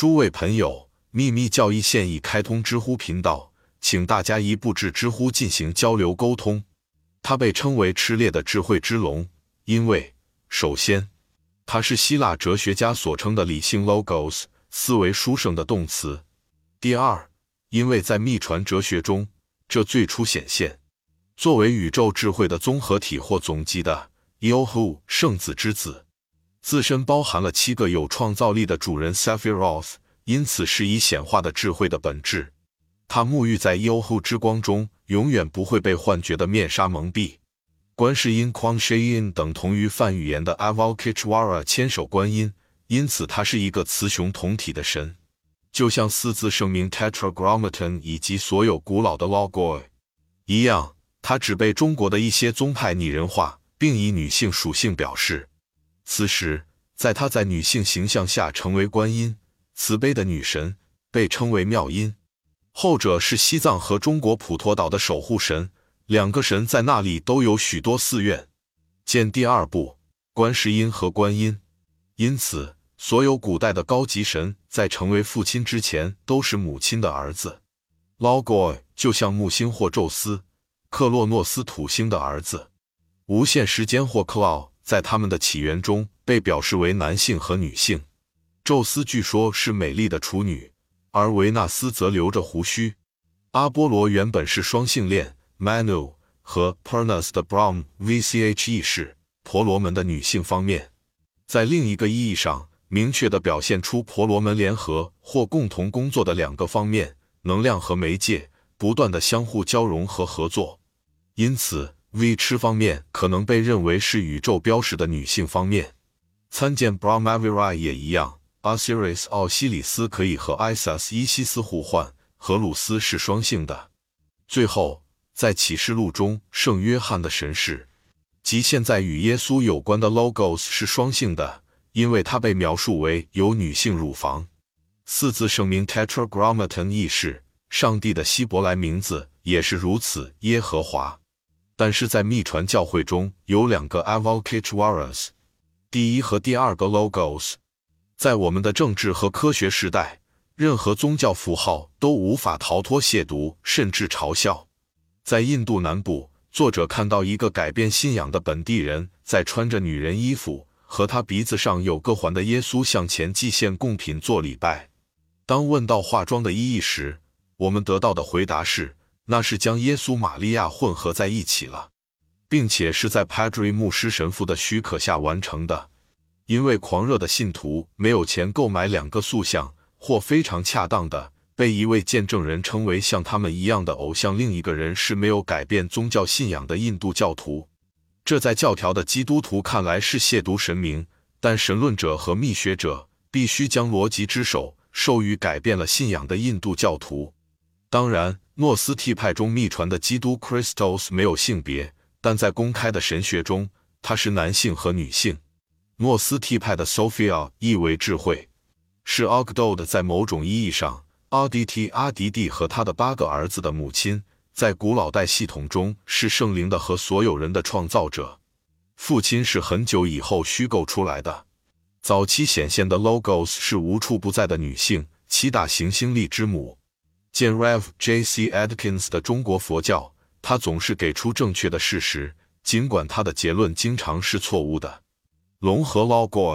诸位朋友，秘密教义现已开通知乎频道，请大家一步至知乎进行交流沟通。它被称为炽烈的智慧之龙，因为首先，它是希腊哲学家所称的理性 logos 思维殊胜的动词。第二，因为在秘传哲学中，这最初显现作为宇宙智慧的综合体或总集的 Yohu 圣子之子，自身包含了7个有创造力的主人 Sephiroth， 因此是以显化的智慧的本质。它沐浴在 Yohu 之光中，永远不会被幻觉的面纱蒙蔽。观世音 Quan Shi 等同于梵语言的 Avalokiteshvara 千手观音，因此它是一个雌雄同体的神，就像四字圣名 Tetragrammaton 以及所有古老的 Logoi 一样，它只被中国的一些宗派拟人化，并以女性属性表示。此时，它在女性形象下成为观音，慈悲的女神，被称为妙音。后者是西藏和中国普陀岛的守护神，两个神在那里都有许多寺院。见第二部，观世音和观音。因此，所有古代的高级神在成为父亲之前都是母亲的儿子。Logoi 就像木星或宙斯、克洛诺斯土星的儿子。无限时间或 Cloud 在他们的起源中被表示为男性和女性。宙斯据说是美丽的处女，而维纳斯则留着胡须。阿波罗原本是双性恋 Manu 和 Purnus 的 Brahm VCHE 是婆罗门的女性方面。在另一个意义上，明确地表现出婆罗门联合或共同工作的两个方面，能量和媒介，不断地相互交融和合作。因此 V 痴方面可能被认为是宇宙标识的女性方面。参见 Brahmavirai 也一样。Osiris 奥西里斯可以和 Isis 伊西斯互换，荷鲁斯是双性的。最后，在启示录中，圣约翰的神视，即现在与耶稣有关的 Logos 是双性的，因为它被描述为有女性乳房。四字圣名 Tetragrammaton 亦是上帝的希伯来名字，也是如此，耶和华。但是在秘传教会中有2个 Avalokiteshvaras， 第一和第二个 Logos。在我们的政治和科学时代，任何宗教符号都无法逃脱亵渎甚至嘲笑。在印度南部，作者看到一个改变信仰的本地人在穿着女人衣服，和他鼻子上有个环的耶稣向前祭献贡品做礼拜。当问到化妆的意义时，我们得到的回答是，那是将耶稣玛利亚混合在一起了，并且是在 Padre 牧师神父的许可下完成的。因为狂热的信徒没有钱购买2个塑像，或非常恰当的被一位见证人称为像他们一样的偶像，另一个人是没有改变宗教信仰的印度教徒。这在教条的基督徒看来是亵渎神明，但神论者和密学者必须将逻辑之手授予改变了信仰的印度教徒。当然，诺斯替派中秘传的基督 Christos 没有性别，但在公开的神学中，他是男性和女性。诺斯替派的 Sophia 意为智慧，是 Ogdod 在某种意义上，阿迪蒂和他的8个儿子的母亲，在古老代系统中是圣灵的和所有人的创造者。父亲是很久以后虚构出来的。早期显现的 Logos 是无处不在的女性，7大行星力之母。见 Rev. J.C. Atkins 的中国佛教，他总是给出正确的事实，尽管他的结论经常是错误的。龙和 Logoi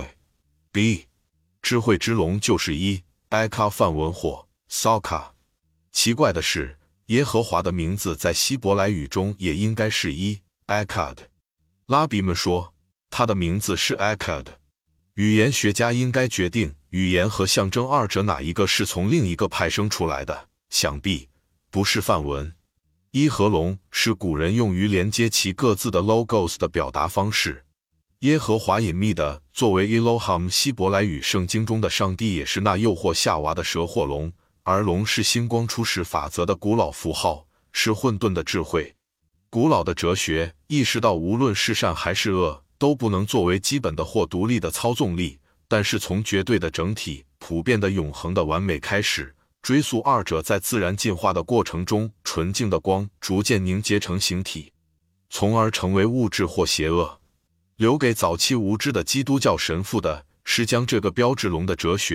B 智慧之龙就是Eka 梵文或 Saka。 奇怪的是，耶和华的名字在希伯来语中也应该是Echad。 拉比们说他的名字是 Echad。 语言学家应该决定语言和象征二者哪一个是从另一个派生出来的，想必不是梵文。和龙是古人用于连接其各自的 Logos 的表达方式。耶和华隐秘的作为 Elohim 希伯来语圣经中的上帝，也是那诱惑夏娃的蛇或龙，而龙是星光初始法则的古老符号，是混沌的智慧。古老的哲学意识到无论是善还是恶都不能作为基本的或独立的操纵力，但是从绝对的整体、普遍的永恒的完美开始，追溯二者在自然进化的过程中纯净的光逐渐凝结成形体，从而成为物质或邪恶。留给早期无知的基督教神父的是将这个标志龙的哲学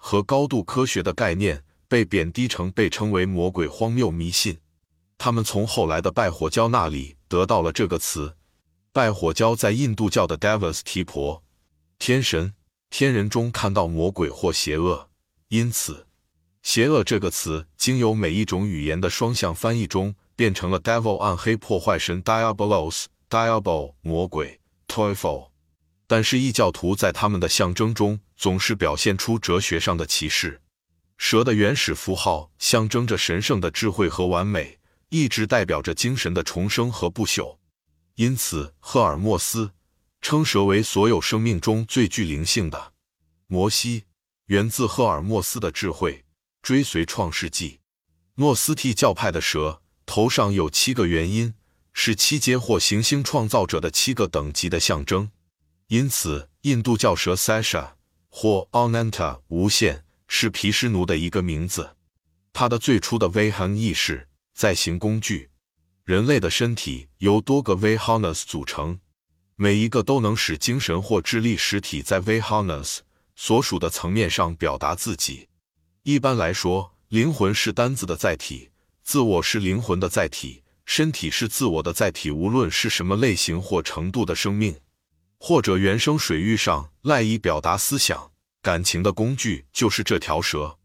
和高度科学的概念被贬低成被称为魔鬼荒谬迷信。他们从后来的拜火教那里得到了这个词。拜火教在印度教的 Devas 提婆天神、天人中看到魔鬼或邪恶，因此邪恶这个词经由每一种语言的双向翻译中变成了 devil 暗黑破坏神 diabolos diabol 魔鬼 teufel。 但是异教徒在他们的象征中总是表现出哲学上的歧视。蛇的原始符号象征着神圣的智慧和完美，一直代表着精神的重生和不朽。因此赫尔墨斯称蛇为所有生命中最具灵性的。摩西源自赫尔墨斯的智慧，追随创世纪。诺斯替教派的蛇头上有7个元音，是7阶或行星创造者的7个等级的象征。因此印度教蛇 Sasha 或 Ananta 无限是毗湿奴的一个名字。它的最初的 Vahan 意识在行工具。人类的身体由多个 Vahanas 组成，每一个都能使精神或智力实体在 Vahanas 所属的层面上表达自己。一般来说，灵魂是单子的载体，自我是灵魂的载体，身体是自我的载体。无论是什么类型或程度的生命，或者原生水域上赖以表达思想、感情的工具，就是这条蛇。